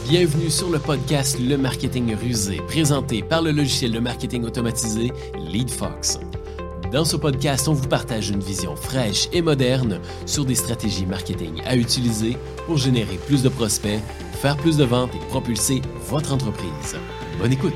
Bienvenue sur le podcast Le Marketing Rusé, présenté par le logiciel de marketing automatisé LeadFox. Dans ce podcast, on vous partage une vision fraîche et moderne sur des stratégies marketing à utiliser pour générer plus de prospects, faire plus de ventes et propulser votre entreprise. Bonne écoute!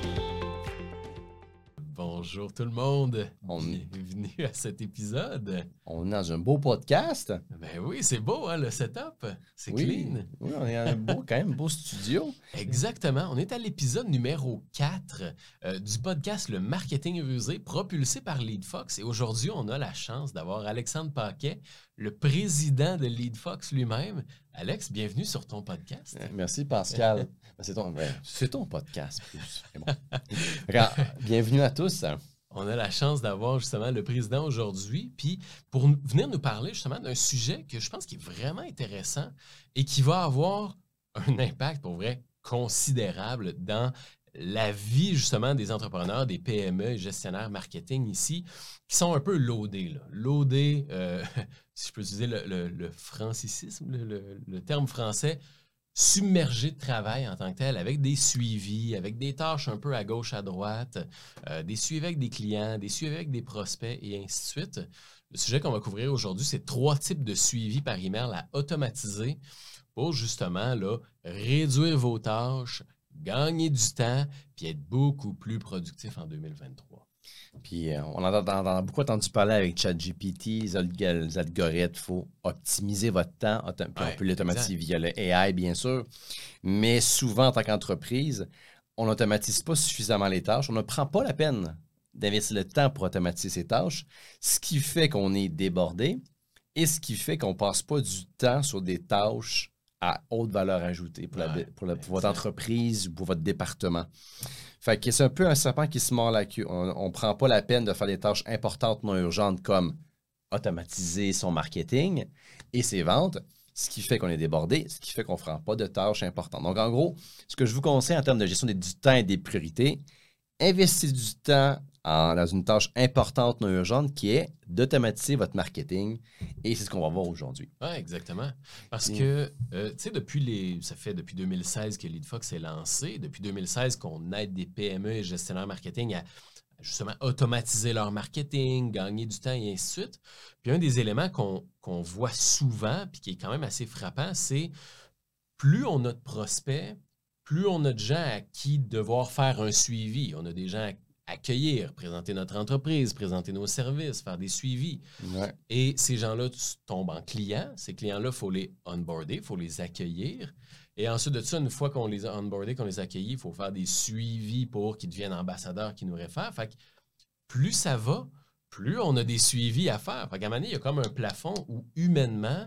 Bonjour tout le monde, bienvenue à cet épisode. On est dans un beau podcast. Ben oui, c'est beau hein, le setup, c'est clean. Oui, on est dans un beau studio. Exactement, on est à l'épisode numéro 4 du podcast Le Marketing Rusé, propulsé par LeadFox. Et aujourd'hui, on a la chance d'avoir Alexandre Paquet, le président de LeadFox lui-même. Alex, bienvenue sur ton podcast. Merci Pascal. C'est ton podcast. C'est bon. Alors, bienvenue à tous. On a la chance d'avoir justement le président aujourd'hui, puis pour venir nous parler justement d'un sujet que je pense qui est vraiment intéressant et qui va avoir un impact pour vrai considérable dans la vie justement des entrepreneurs, des PME et gestionnaires marketing ici, qui sont un peu loadés. Loadés, si je peux utiliser le francicisme, le terme français, submergé de travail en tant que tel, avec des suivis, avec des tâches un peu à gauche, à droite, des suivis avec des clients, des suivis avec des prospects et ainsi de suite. Le sujet qu'on va couvrir aujourd'hui, c'est 3 types de suivis par email à automatiser pour justement là, réduire vos tâches, gagner du temps, puis être beaucoup plus productif en 2023. Puis on en a beaucoup entendu parler avec ChatGPT, les algorithmes, il faut optimiser votre temps, puis on peut l'automatiser via le AI bien sûr, mais souvent en tant qu'entreprise, on n'automatise pas suffisamment les tâches, on ne prend pas la peine d'investir le temps pour automatiser ces tâches, ce qui fait qu'on est débordé et ce qui fait qu'on ne passe pas du temps sur des tâches à haute valeur ajoutée pour votre entreprise ou pour votre département. Fait que c'est un peu un serpent qui se mord la queue. On ne prend pas la peine de faire des tâches importantes non urgentes comme automatiser son marketing et ses ventes, ce qui fait qu'on est débordé, ce qui fait qu'on ne fera pas de tâches importantes. Donc, en gros, ce que je vous conseille en termes de gestion du temps et des priorités, investissez du temps dans une tâche importante non urgente qui est d'automatiser votre marketing et c'est ce qu'on va voir aujourd'hui. Oui, exactement. Parce que, tu sais, ça fait depuis 2016 que LeadFox est lancé, depuis 2016 qu'on aide des PME et gestionnaires marketing à justement automatiser leur marketing, gagner du temps et ainsi de suite. Puis un des éléments qu'on voit souvent puis qui est quand même assez frappant, c'est plus on a de prospects, plus on a de gens à qui devoir faire un suivi. On a des gens à accueillir, présenter notre entreprise, présenter nos services, faire des suivis. Ouais. Et ces gens-là tombent en clients. Ces clients-là, il faut les onboarder, il faut les accueillir. Et ensuite de ça, une fois qu'on les a onboardés, qu'on les a accueillis, il faut faire des suivis pour qu'ils deviennent ambassadeurs, qui nous réfèrent. Fait que plus ça va, plus on a des suivis à faire. Fait qu'à un moment donné, il y a comme un plafond où humainement,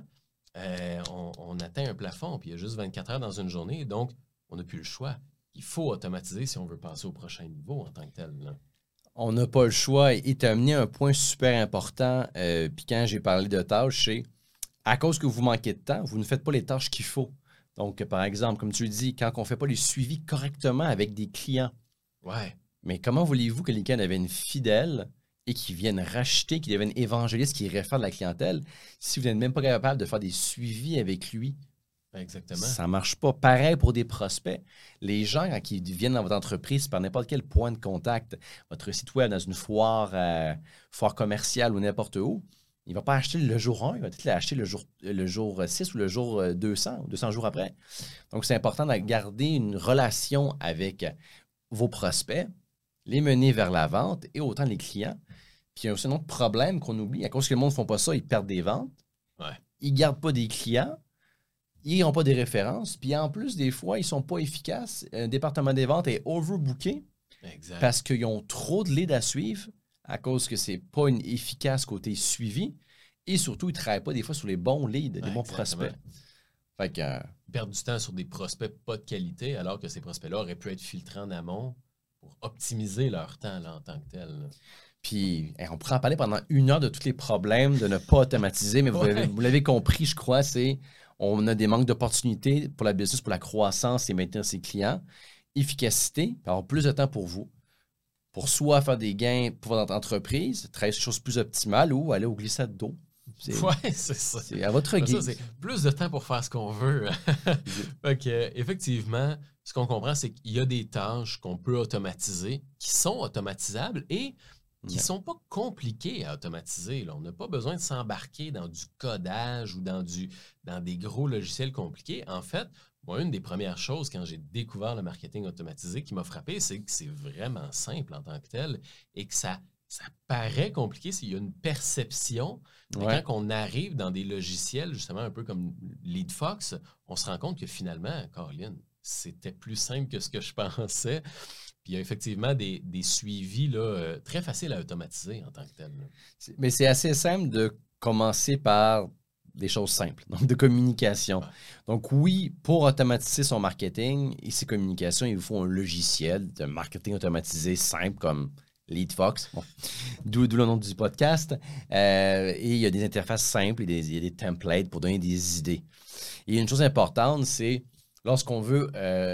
on atteint un plafond, puis il y a juste 24 heures dans une journée. Donc, on n'a plus le choix. Il faut automatiser si on veut passer au prochain niveau en tant que tel. Là. On n'a pas le choix. Et tu as amené un point super important. Puis quand j'ai parlé de tâches, c'est à cause que vous manquez de temps, vous ne faites pas les tâches qu'il faut. Donc, par exemple, comme tu le dis, quand on ne fait pas les suivis correctement avec des clients. Ouais. Mais comment voulez-vous que les clients deviennent fidèles et qu'ils viennent racheter, qu'ils deviennent évangélistes, qu'ils réfèrent de la clientèle si vous n'êtes même pas capable de faire des suivis avec lui? Exactement. Ça ne marche pas. Pareil pour des prospects. Les gens, quand ils viennent dans votre entreprise par n'importe quel point de contact, votre site web, dans une foire commerciale ou n'importe où, il ne va pas acheter le jour 1, il va peut-être l'acheter le jour 6 ou le jour 200 ou 200 jours après. Donc, c'est important de garder une relation avec vos prospects, les mener vers la vente et autant les clients. Puis, il y a aussi un autre problème qu'on oublie. À cause que le monde ne font pas ça, ils perdent des ventes. Ouais. Ils ne gardent pas des clients. Ils n'ont pas des références. Puis en plus, des fois, ils ne sont pas efficaces. Un département des ventes est overbooké parce qu'ils ont trop de leads à suivre à cause que ce n'est pas une efficace côté suivi. Et surtout, ils ne travaillent pas des fois sur les bons leads, les bons prospects. Fait que, ils perdent du temps sur des prospects pas de qualité alors que ces prospects-là auraient pu être filtrés en amont pour optimiser leur temps là, en tant que tel. Là. Puis, on pourrait en parler pendant 1 heure de tous les problèmes de ne pas automatiser, mais vous l'avez compris, je crois, c'est on a des manques d'opportunités pour la business, pour la croissance et maintenir ses clients. Efficacité, avoir plus de temps pour vous, pour soit faire des gains pour votre entreprise, travailler sur des choses plus optimales ou aller au glissade d'eau. Ouais, c'est ça. C'est à votre guise. C'est plus de temps pour faire ce qu'on veut. Fait que, effectivement, ce qu'on comprend, c'est qu'il y a des tâches qu'on peut automatiser, qui sont automatisables et qui ne sont pas compliquées à automatiser. Là. On n'a pas besoin de s'embarquer dans du codage ou dans des gros logiciels compliqués. En fait, moi, une des premières choses quand j'ai découvert le marketing automatisé qui m'a frappé, c'est que c'est vraiment simple en tant que tel et que ça paraît compliqué s'il y a une perception. Mais quand on arrive dans des logiciels, justement, un peu comme LeadFox, on se rend compte que finalement, Caroline, c'était plus simple que ce que je pensais. Puis il y a effectivement des suivis là, très faciles à automatiser en tant que tel. Mais c'est assez simple de commencer par des choses simples, donc de communication. Ouais. Donc oui, pour automatiser son marketing et ses communications, il vous faut un logiciel de marketing automatisé simple comme LeadFox, bon. D'où le nom du podcast. Et il y a des interfaces simples et il y a des templates pour donner des idées. Et une chose importante, c'est lorsqu'on veut,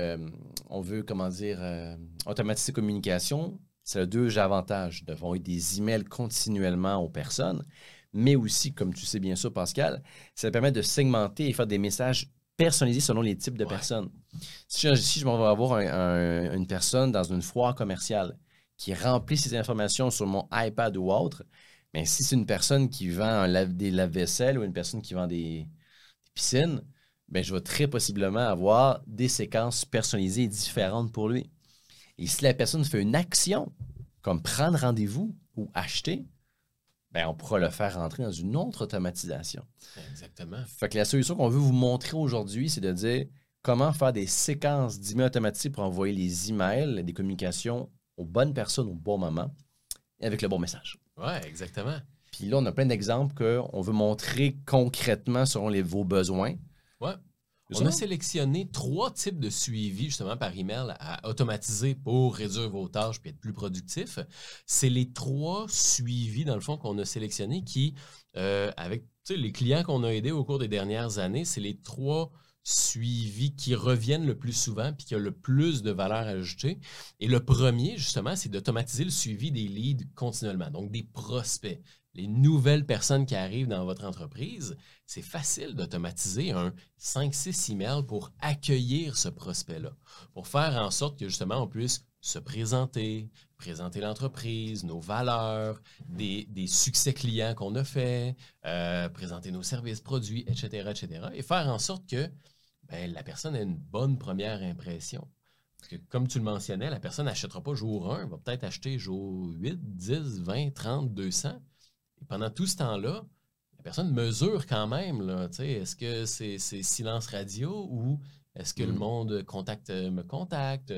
automatiser communication, ça a deux avantages. Nous devons envoyer des emails continuellement aux personnes, mais aussi, comme tu sais bien sûr, Pascal, ça permet de segmenter et faire des messages personnalisés selon les types de personnes. Si je m'en vais avoir une personne dans une foire commerciale qui remplit ces informations sur mon iPad ou autre, mais si c'est une personne qui vend des lave-vaisselle ou une personne qui vend des piscines, bien, je vais très possiblement avoir des séquences personnalisées et différentes pour lui. Et si la personne fait une action, comme prendre rendez-vous ou acheter, bien, on pourra le faire rentrer dans une autre automatisation. Exactement. Fait que la solution qu'on veut vous montrer aujourd'hui, c'est de dire comment faire des séquences d'emails automatisés pour envoyer les emails, des communications aux bonnes personnes au bon moment et avec le bon message. Oui, exactement. Puis là, on a plein d'exemples qu'on veut montrer concrètement selon vos besoins. Oui. On a sélectionné 3 types de suivi, justement, par email à automatiser pour réduire vos tâches et être plus productif. C'est les 3 suivis, dans le fond, qu'on a sélectionnés qui, avec les clients qu'on a aidés au cours des dernières années, c'est les 3 suivis qui reviennent le plus souvent puis qui ont le plus de valeur ajoutée. Et le premier, justement, c'est d'automatiser le suivi des leads continuellement, donc des prospects. Les nouvelles personnes qui arrivent dans votre entreprise, c'est facile d'automatiser un 5-6 emails pour accueillir ce prospect-là, pour faire en sorte que justement on puisse se présenter l'entreprise, nos valeurs, des succès clients qu'on a fait, présenter nos services, produits, etc., et faire en sorte que la personne ait une bonne première impression. Parce que comme tu le mentionnais, la personne n'achètera pas jour 1, elle va peut-être acheter jour 8, 10, 20, 30, 200. Et pendant tout ce temps-là, la personne mesure quand même, là, est-ce que c'est silence radio ou est-ce que le monde me contacte,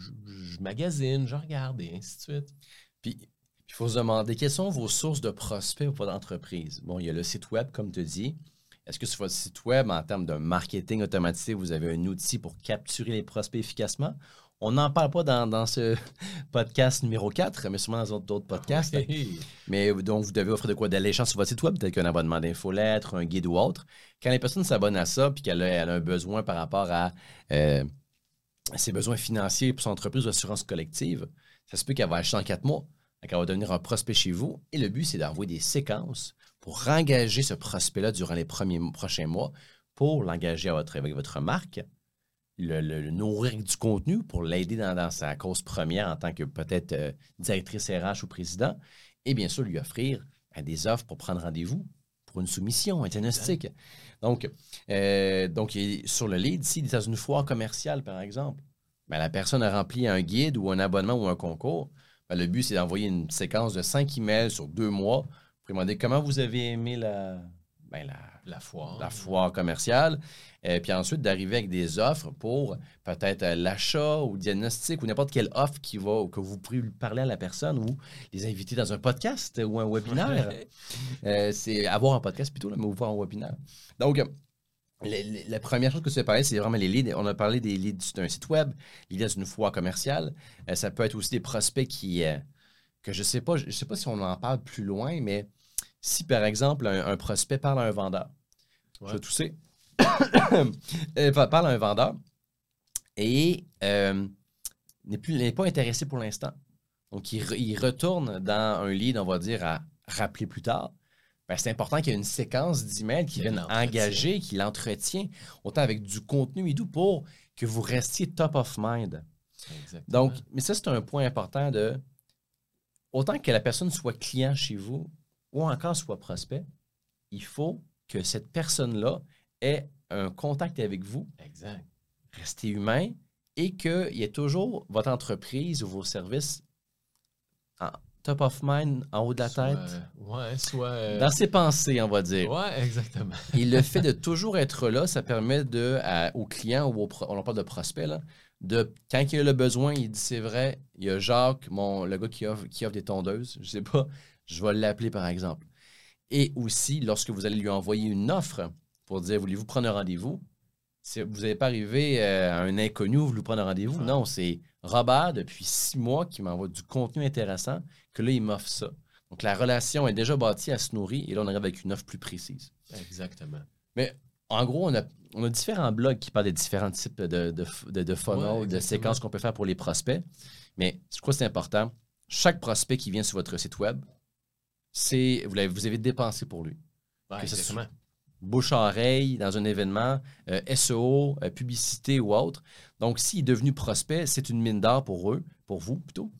je magasine, je regarde et ainsi de suite. Puis, il faut se demander, quelles sont vos sources de prospects pour votre entreprise? Bon, il y a le site web, comme tu dis. Est-ce que sur votre site web, en termes de marketing automatisé, vous avez un outil pour capturer les prospects efficacement? On n'en parle pas dans ce podcast numéro 4, mais sûrement dans d'autres podcasts. Oui. Mais donc, vous devez offrir de quoi d'alléchant sur votre site web, peut-être qu'un abonnement d'infolettre, un guide ou autre. Quand les personnes s'abonnent à ça puis qu'elle a un besoin par rapport à ses besoins financiers pour son entreprise d'assurance collective, ça se peut qu'elle va acheter en 4 mois. Elle va devenir un prospect chez vous. Et le but, c'est d'envoyer des séquences pour engager ce prospect-là durant les prochains mois pour l'engager avec votre marque. Le nourrir du contenu pour l'aider dans sa cause première en tant que peut-être directrice RH ou président, et bien sûr lui offrir des offres pour prendre rendez-vous pour une soumission, un diagnostic. Donc sur le lead, s'il est dans une foire commerciale, par exemple, la personne a rempli un guide ou un abonnement ou un concours, le but, c'est d'envoyer une séquence de 5 emails sur 2 mois pour demander comment vous avez aimé la foire commerciale. Puis ensuite, d'arriver avec des offres pour peut-être l'achat ou le diagnostic ou n'importe quelle offre que vous pourriez lui parler à la personne ou les inviter dans un podcast ou un webinaire. C'est avoir un podcast plutôt, mais vous voir un webinaire. Donc, la première chose que tu as parlé, c'est vraiment les leads. On a parlé des leads d'un site web, les leads d'une foire commerciale. Ça peut être aussi des prospects que je sais pas si on en parle plus loin, mais si, par exemple, un prospect parle à un vendeur, je vais tousser, parle à un vendeur et n'est pas intéressé pour l'instant. Donc, il retourne dans un lead, on va dire, à rappeler plus tard. ben, c'est important qu'il y ait une séquence d'emails qui viennent engager, qui l'entretient, autant avec du contenu et tout, pour que vous restiez top of mind. Exactement. Donc, mais ça, c'est un point important de... Autant que la personne soit client chez vous ou encore soit prospect, il faut que cette personne-là ait un contact avec vous. Exact. Restez humain et qu'il y ait toujours votre entreprise ou vos services en top of mind, en haut de la tête. Soit... Dans ses pensées, on va dire. Oui, exactement. Et le fait de toujours être là, ça permet aux clients ou on parle de prospects, là, quand il a le besoin, il dit c'est vrai, il y a Jacques, le gars qui offre des tondeuses, je sais pas, je vais l'appeler par exemple. Et aussi, lorsque vous allez lui envoyer une offre pour dire voulez-vous prendre un rendez-vous, vous n'allez pas arriver à un inconnu, vous voulez prendre un rendez-vous. Non, c'est Robert, depuis 6 mois, qui m'envoie du contenu intéressant, que là, il m'offre ça. Donc, la relation est déjà bâtie, elle se nourrit, et là, on arrive avec une offre plus précise. Exactement. Mais en gros, on a différents blogs qui parlent des différents types de funnels, de séquences qu'on peut faire pour les prospects. Mais je crois que c'est important. Chaque prospect qui vient sur votre site web, vous avez dépensé pour lui. Ouais, exactement. Bouche à oreille, dans un événement, SEO, publicité ou autre. Donc, s'il est devenu prospect, c'est une mine d'or pour vous plutôt.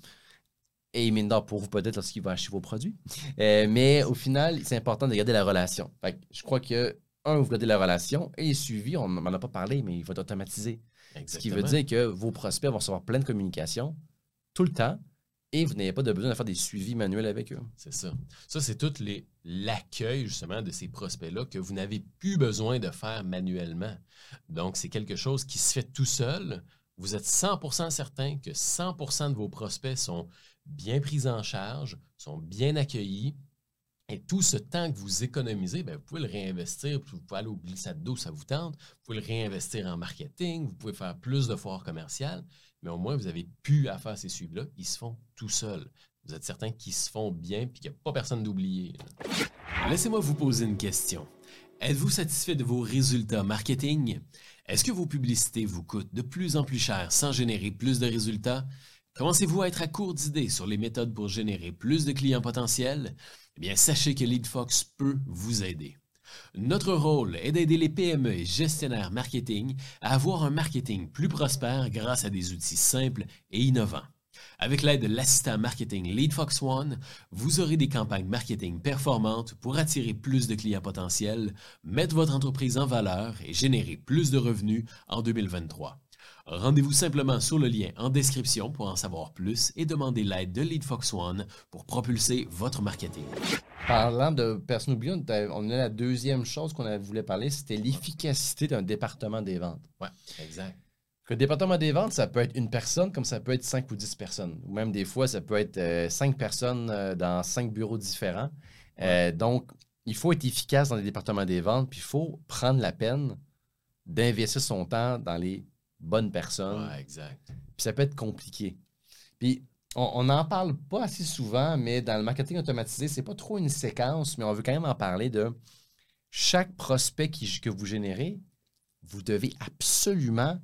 Et une mine d'or pour vous peut-être lorsqu'il va acheter vos produits. Mais au final, c'est important de garder la relation. Fait que je crois que, vous gardez la relation et les suivis, on n'en a pas parlé, mais il va être automatisé. Exactement. Ce qui veut dire que vos prospects vont recevoir plein de communication tout le temps. Et vous n'avez pas besoin de faire des suivis manuels avec eux. C'est ça. Ça, c'est tout l'accueil, justement, de ces prospects-là que vous n'avez plus besoin de faire manuellement. Donc, c'est quelque chose qui se fait tout seul. Vous êtes 100% certain que 100% de vos prospects sont bien pris en charge, sont bien accueillis. Et tout ce temps que vous économisez, bien, vous pouvez le réinvestir. Vous pouvez aller au glissade d'eau, ça vous tente. Vous pouvez le réinvestir en marketing. Vous pouvez faire plus de foires commerciales. Mais au moins, vous n'avez plus à faire ces suivis-là. Ils se font tout seuls. Vous êtes certain qu'ils se font bien et qu'il n'y a pas personne d'oublié. Laissez-moi vous poser une question. Êtes-vous satisfait de vos résultats marketing? Est-ce que vos publicités vous coûtent de plus en plus cher sans générer plus de résultats? Commencez-vous à être à court d'idées sur les méthodes pour générer plus de clients potentiels? Eh bien, sachez que LeadFox peut vous aider. Notre rôle est d'aider les PME et gestionnaires marketing à avoir un marketing plus prospère grâce à des outils simples et innovants. Avec l'aide de l'assistant marketing LeadFox One, vous aurez des campagnes marketing performantes pour attirer plus de clients potentiels, mettre votre entreprise en valeur et générer plus de revenus en 2023. Rendez-vous simplement sur le lien en description pour en savoir plus et demandez l'aide de LeadFox One pour propulser votre marketing. Parlant de personnes oubliées, on a la deuxième chose qu'on voulait parler, c'était l'efficacité d'un département des ventes. Oui, exact. Le département des ventes, ça peut être une personne comme ça peut être 5 ou 10 personnes. Ou même des fois, ça peut être 5 personnes dans 5 bureaux différents. Donc, il faut être efficace dans les départements des ventes, puis il faut prendre la peine d'investir son temps dans les bonnes personnes. Oui, exact. Puis ça peut être compliqué. Puis on n'en parle pas assez souvent, mais dans le marketing automatisé, c'est pas trop une séquence, mais on veut quand même en parler de chaque prospect que vous générez, vous devez absolument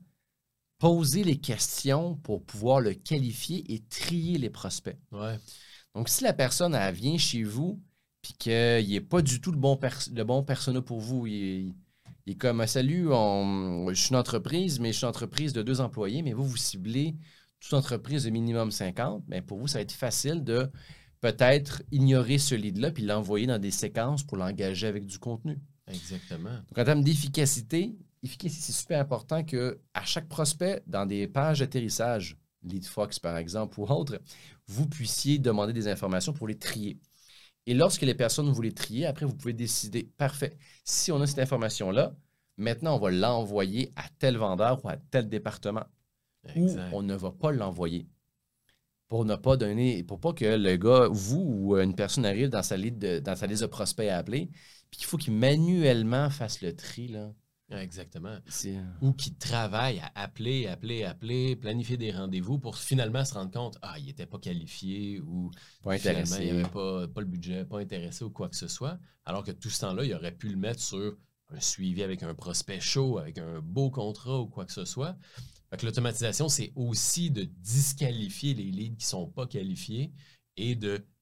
poser les questions pour pouvoir le qualifier et trier les prospects. Ouais. Donc, si la personne elle vient chez vous puis qu'il n'est pas du tout le bon persona pour vous, il est comme « Salut, je suis une entreprise, mais je suis une entreprise de 2 employés, mais vous ciblez toute entreprise de minimum 50. » Mais pour vous, ça va être facile de peut-être ignorer ce lead-là puis l'envoyer dans des séquences pour l'engager avec du contenu. Exactement. Donc, en termes d'efficacité, c'est super important qu'à chaque prospect, dans des pages d'atterrissage, LeadFox par exemple ou autre, vous puissiez demander des informations pour les trier. Et lorsque les personnes vous les triez, après, vous pouvez décider, parfait, si on a cette information-là, maintenant, on va l'envoyer à tel vendeur ou à tel département. Exact. Ou on ne va pas l'envoyer. Pour pas que le gars, vous ou une personne arrive dans sa liste de prospects à appeler, puis qu'il faut qu'il manuellement fasse le tri, là. Exactement. Ou qui travaille à appeler, planifier des rendez-vous pour finalement se rendre compte il n'était pas qualifié ou pas intéressé. Il n'avait pas le budget, pas intéressé ou quoi que ce soit. Alors que tout ce temps-là, il aurait pu le mettre sur un suivi avec un prospect chaud, avec un beau contrat ou quoi que ce soit. Fait que l'automatisation, c'est aussi de disqualifier les leads qui ne sont pas qualifiés et de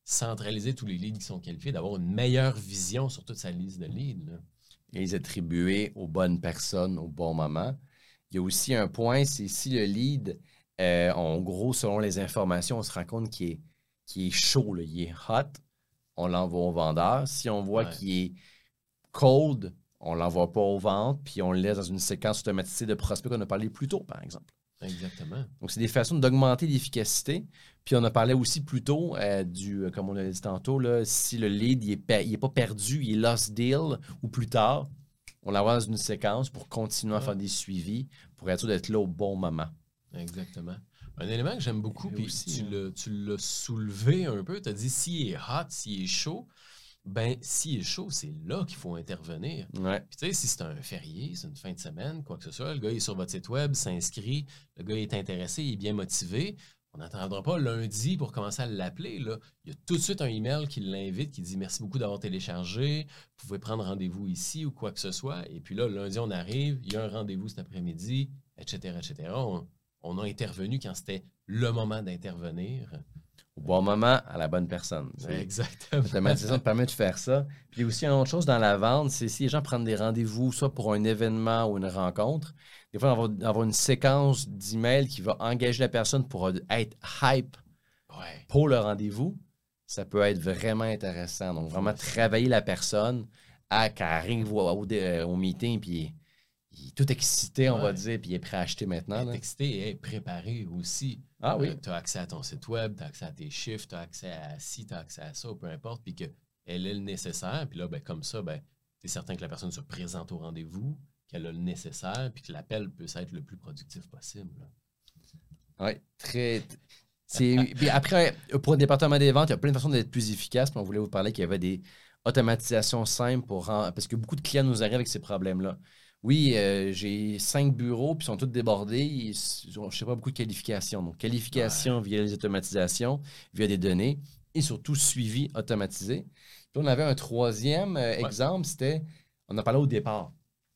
centraliser tous les leads qui sont qualifiés, d'avoir une meilleure vision sur toute sa liste de leads. Là. Et les attribuer aux bonnes personnes au bon moment. Il y a aussi un point, c'est si le lead, en gros, selon les informations, on se rend compte qu'il est chaud, là, il est hot, on l'envoie au vendeur. Si on voit qu'il est cold, on ne l'envoie pas aux ventes, puis on le laisse dans une séquence automatisée de prospects qu'on a parlé plus tôt, par exemple. Exactement. Donc, c'est des façons d'augmenter l'efficacité. Puis, on a parlé aussi plus tôt comme on l'a dit tantôt, là, si le lead il est pas perdu, il est lost deal ou plus tard, on l'envoie dans une séquence pour continuer à faire des suivis, pour être sûr d'être là au bon moment. Exactement. Un élément que j'aime beaucoup, puis aussi, tu l'as soulevé un peu, tu as dit s'il est hot, s'il est chaud, ben s'il est chaud, c'est là qu'il faut intervenir. Ouais. Puis tu sais, si c'est un férié, c'est une fin de semaine, quoi que ce soit, le gars est sur votre site web, s'inscrit, le gars est intéressé, il est bien motivé, on n'attendra pas lundi pour commencer à l'appeler. Là. Il y a tout de suite un email qui l'invite, qui dit « Merci beaucoup d'avoir téléchargé, vous pouvez prendre rendez-vous ici » ou quoi que ce soit. Et puis là, lundi, on arrive, il y a un rendez-vous cet après-midi, etc., etc. On a intervenu quand c'était le moment d'intervenir. Au bon moment, à la bonne personne. Exactement. L'automatisation te permet de faire ça. Puis il y a aussi une autre chose dans la vente, c'est si les gens prennent des rendez-vous, soit pour un événement ou une rencontre, des fois, on va avoir une séquence d'emails qui va engager la personne pour être hype pour le rendez-vous. Ça peut être vraiment intéressant. Donc, vraiment travailler la personne qu'elle arrive au meeting, puis il est tout excité, on va dire, puis il est prêt à acheter maintenant. Il est excité et préparé aussi. Ah oui. Tu as accès à ton site web, tu as accès à tes chiffres, tu as accès à ci, tu as accès à ça, peu importe, puis qu'elle ait le nécessaire. Puis là, ben, comme ça, ben, tu es certain que la personne se présente au rendez-vous, qu'elle a le nécessaire, puis que l'appel peut être le plus productif possible. Oui, très... Puis après, pour le département des ventes, il y a plein de façons d'être plus efficace. Puis on voulait vous parler qu'il y avait des automatisations simples parce que beaucoup de clients nous arrivent avec ces problèmes-là. Oui, j'ai 5 bureaux, puis ils sont tous débordés. Je ne sais pas beaucoup de qualifications. Donc, qualification via les automatisations, via des données, et surtout suivi automatisé. Puis on avait un troisième exemple, c'était, on a parlé au départ,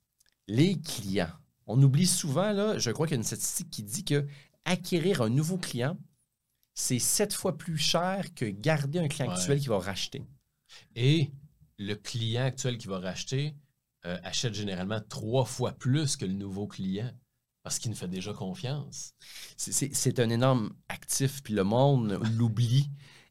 les clients. On oublie souvent, là, je crois qu'il y a une statistique qui dit que acquérir un nouveau client, c'est 7 fois plus cher que garder un client actuel qui va racheter. Et le client actuel qui va racheter achète généralement 3 fois plus que le nouveau client parce qu'il nous fait déjà confiance. C'est un énorme actif, puis le monde l'oublie.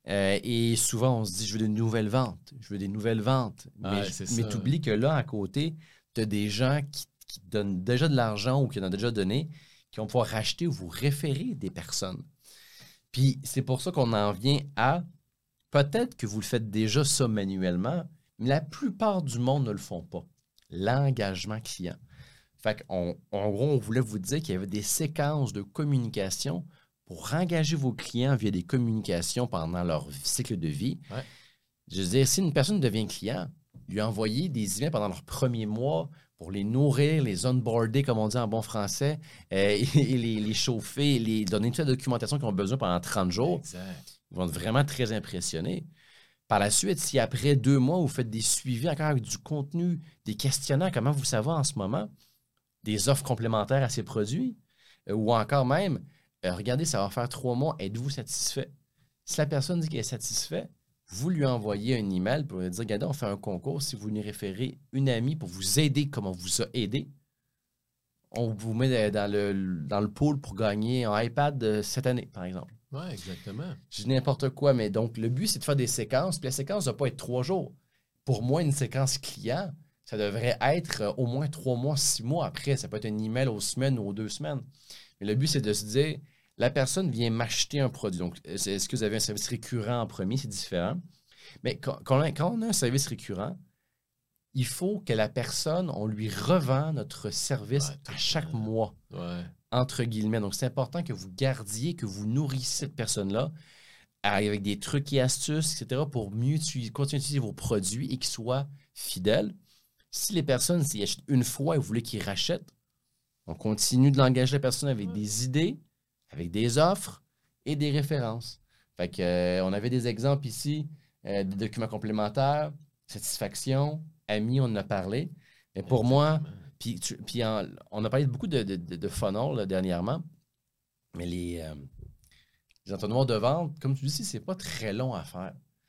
Et souvent, on se dit, je veux des nouvelles ventes. Je veux des nouvelles ventes. Mais tu oublies que là, à côté, tu as des gens qui donnent déjà de l'argent ou qui en ont déjà donné, qui vont pouvoir racheter ou vous référer des personnes. Puis c'est pour ça qu'on en vient à, peut-être que vous le faites déjà ça manuellement, mais la plupart du monde ne le font pas. L'engagement client. Fait qu'en gros, on voulait vous dire qu'il y avait des séquences de communication pour engager vos clients via des communications pendant leur cycle de vie. Ouais. Je veux dire, si une personne devient client, lui envoyer des emails pendant leur premier mois pour les nourrir, les onboarder, comme on dit en bon français, et les chauffer, les donner toute la documentation qu'ils ont besoin pendant 30 jours, exact. Ils vont être vraiment très impressionnés. Par la suite, si après 2 mois, vous faites des suivis encore avec du contenu, des questionnaires, comment vous savez en ce moment, des offres complémentaires à ces produits, ou encore même, regardez, ça va faire 3 mois, êtes-vous satisfait? Si la personne dit qu'elle est satisfaite, vous lui envoyez un email pour lui dire, regardez, on fait un concours, si vous nous référez une amie pour vous aider comme on vous a aidé, on vous met dans le pool pour gagner un iPad cette année, par exemple. Oui, exactement. Je dis n'importe quoi, mais donc le but, c'est de faire des séquences. Puis la séquence ne doit pas être 3 jours. Pour moi, une séquence client, ça devrait être au moins 3 mois, 6 mois après. Ça peut être un email aux semaines ou aux 2 semaines. Mais le but, c'est de se dire, la personne vient m'acheter un produit. Donc, est-ce que vous avez un service récurrent en premier? C'est différent. Mais quand on a un service récurrent, il faut que la personne, on lui revend notre service à chaque mois. Ouais. Entre guillemets. Donc, c'est important que vous gardiez, que vous nourrissiez cette personne-là avec des trucs et astuces, etc., pour mieux continuer à utiliser vos produits et qu'ils soient fidèles. Si les personnes, s'ils achètent une fois et vous voulez qu'ils rachètent, on continue de l'engager la personne avec des idées, avec des offres et des références. Fait que, on avait des exemples ici, des documents complémentaires, satisfaction, amis, on en a parlé. Mais pour moi, puis on a parlé beaucoup de funnel là, dernièrement, mais les entonnoirs de vente, comme tu dis, c'est pas très long à faire.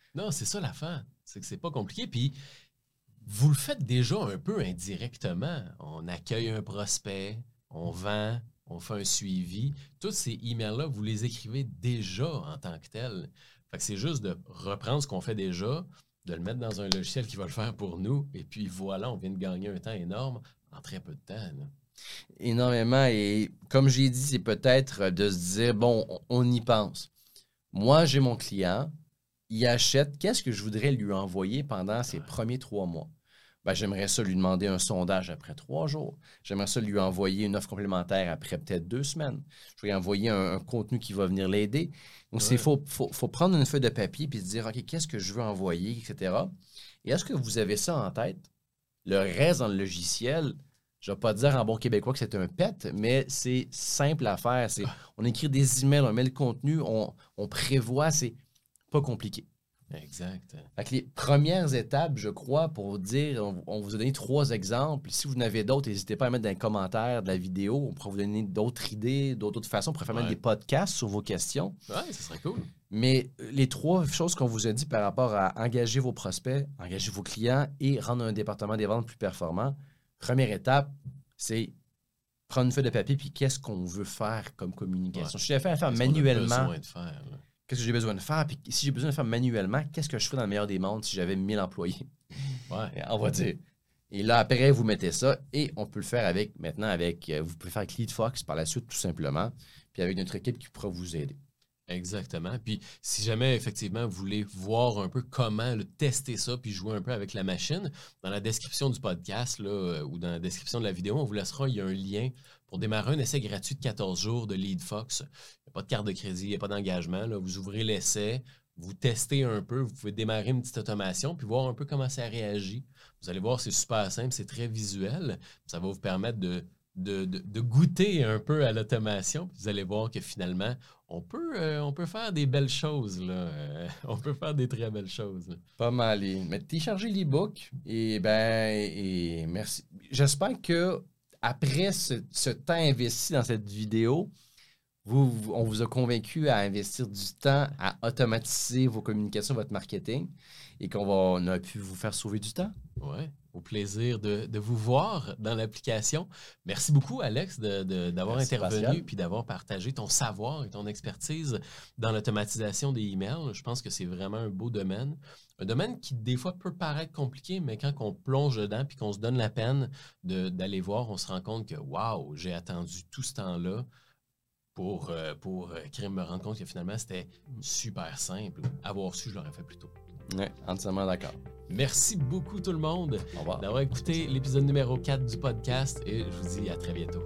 Non, c'est ça l'affaire. C'est que c'est pas compliqué. Puis, vous le faites déjà un peu indirectement. On accueille un prospect, on vend, on fait un suivi. Tous ces emails-là, vous les écrivez déjà en tant que tels. Fait que c'est juste de reprendre ce qu'on fait déjà, de le mettre dans un logiciel qui va le faire pour nous, et puis voilà, on vient de gagner un temps énorme en très peu de temps. Là. Énormément. Et comme j'ai dit, c'est peut-être de se dire, bon, on y pense. Moi, j'ai mon client, il achète. Qu'est-ce que je voudrais lui envoyer pendant ses premiers 3 mois? Ben, j'aimerais ça lui demander un sondage après 3 jours. J'aimerais ça lui envoyer une offre complémentaire après peut-être 2 semaines. Je vais lui envoyer un contenu qui va venir l'aider. Donc, il faut prendre une feuille de papier et se dire, OK, qu'est-ce que je veux envoyer, etc. Et est-ce que vous avez ça en tête? Le reste dans le logiciel, je ne vais pas dire en bon québécois que c'est un pet, mais c'est simple à faire. On écrit des emails, on met le contenu, on prévoit, c'est pas compliqué. Exact. Fait que les premières étapes, je crois, pour dire, on vous a donné 3 exemples. Si vous en avez d'autres, n'hésitez pas à mettre dans les commentaires de la vidéo. On pourra vous donner d'autres idées, d'autres façons. On pourrait faire même des podcasts sur vos questions. Oui, ça serait cool. Mais les 3 choses qu'on vous a dit par rapport à engager vos prospects, engager vos clients et rendre un département des ventes plus performant, première étape, c'est prendre une feuille de papier puis qu'est-ce qu'on veut faire comme communication. Si j'ai fait à faire manuellement, qu'est-ce que j'ai besoin de faire? Puis si j'ai besoin de faire manuellement, qu'est-ce que je ferais dans le meilleur des mondes si j'avais 1000 employés? Ouais. On va dire. Et là, après, vous mettez ça et on peut le faire vous pouvez faire avec LeadFox par la suite, tout simplement, puis avec notre équipe qui pourra vous aider. Exactement. Puis si jamais, effectivement, vous voulez voir un peu comment tester ça puis jouer un peu avec la machine, dans la description du podcast là, ou dans la description de la vidéo, on vous laissera, il y a un lien pour démarrer un essai gratuit de 14 jours de LeadFox. Il n'y a pas de carte de crédit, il n'y a pas d'engagement. Là. Vous ouvrez l'essai, vous testez un peu, vous pouvez démarrer une petite automation puis voir un peu comment ça réagit. Vous allez voir, c'est super simple, c'est très visuel. Ça va vous permettre de goûter un peu à l'automation. Vous allez voir que finalement, on peut faire des belles choses. Là. On peut faire des très belles choses. Là. Pas mal. Mais téléchargez l'e-book et merci. J'espère que après ce temps investi dans cette vidéo, on vous a convaincu à investir du temps à automatiser vos communications, votre marketing et qu'on a pu vous faire sauver du temps. Oui, au plaisir de vous voir dans l'application. Merci beaucoup, Alex, d'avoir intervenu et d'avoir partagé ton savoir et ton expertise dans l'automatisation des emails. Je pense que c'est vraiment un beau domaine. Un domaine qui, des fois, peut paraître compliqué, mais quand on plonge dedans et qu'on se donne la peine d'aller voir, on se rend compte que, waouh, j'ai attendu tout ce temps-là pour me rendre compte que finalement, c'était super simple. Avoir su, je l'aurais fait plus tôt. Oui, entièrement d'accord. Merci beaucoup tout le monde d'avoir écouté l'épisode numéro 4 du podcast et je vous dis à très bientôt.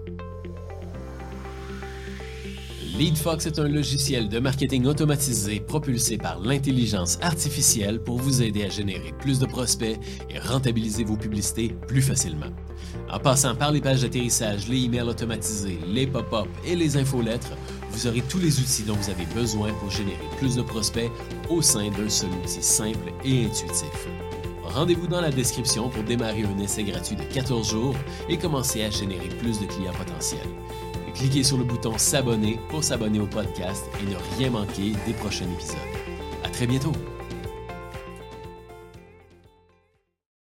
LeadFox est un logiciel de marketing automatisé propulsé par l'intelligence artificielle pour vous aider à générer plus de prospects et rentabiliser vos publicités plus facilement. En passant par les pages d'atterrissage, les emails automatisés, les pop-up et les infolettres, vous aurez tous les outils dont vous avez besoin pour générer plus de prospects au sein d'un seul outil simple et intuitif. Rendez-vous dans la description pour démarrer un essai gratuit de 14 jours et commencer à générer plus de clients potentiels. Cliquez sur le bouton s'abonner pour s'abonner au podcast et ne rien manquer des prochains épisodes. À très bientôt!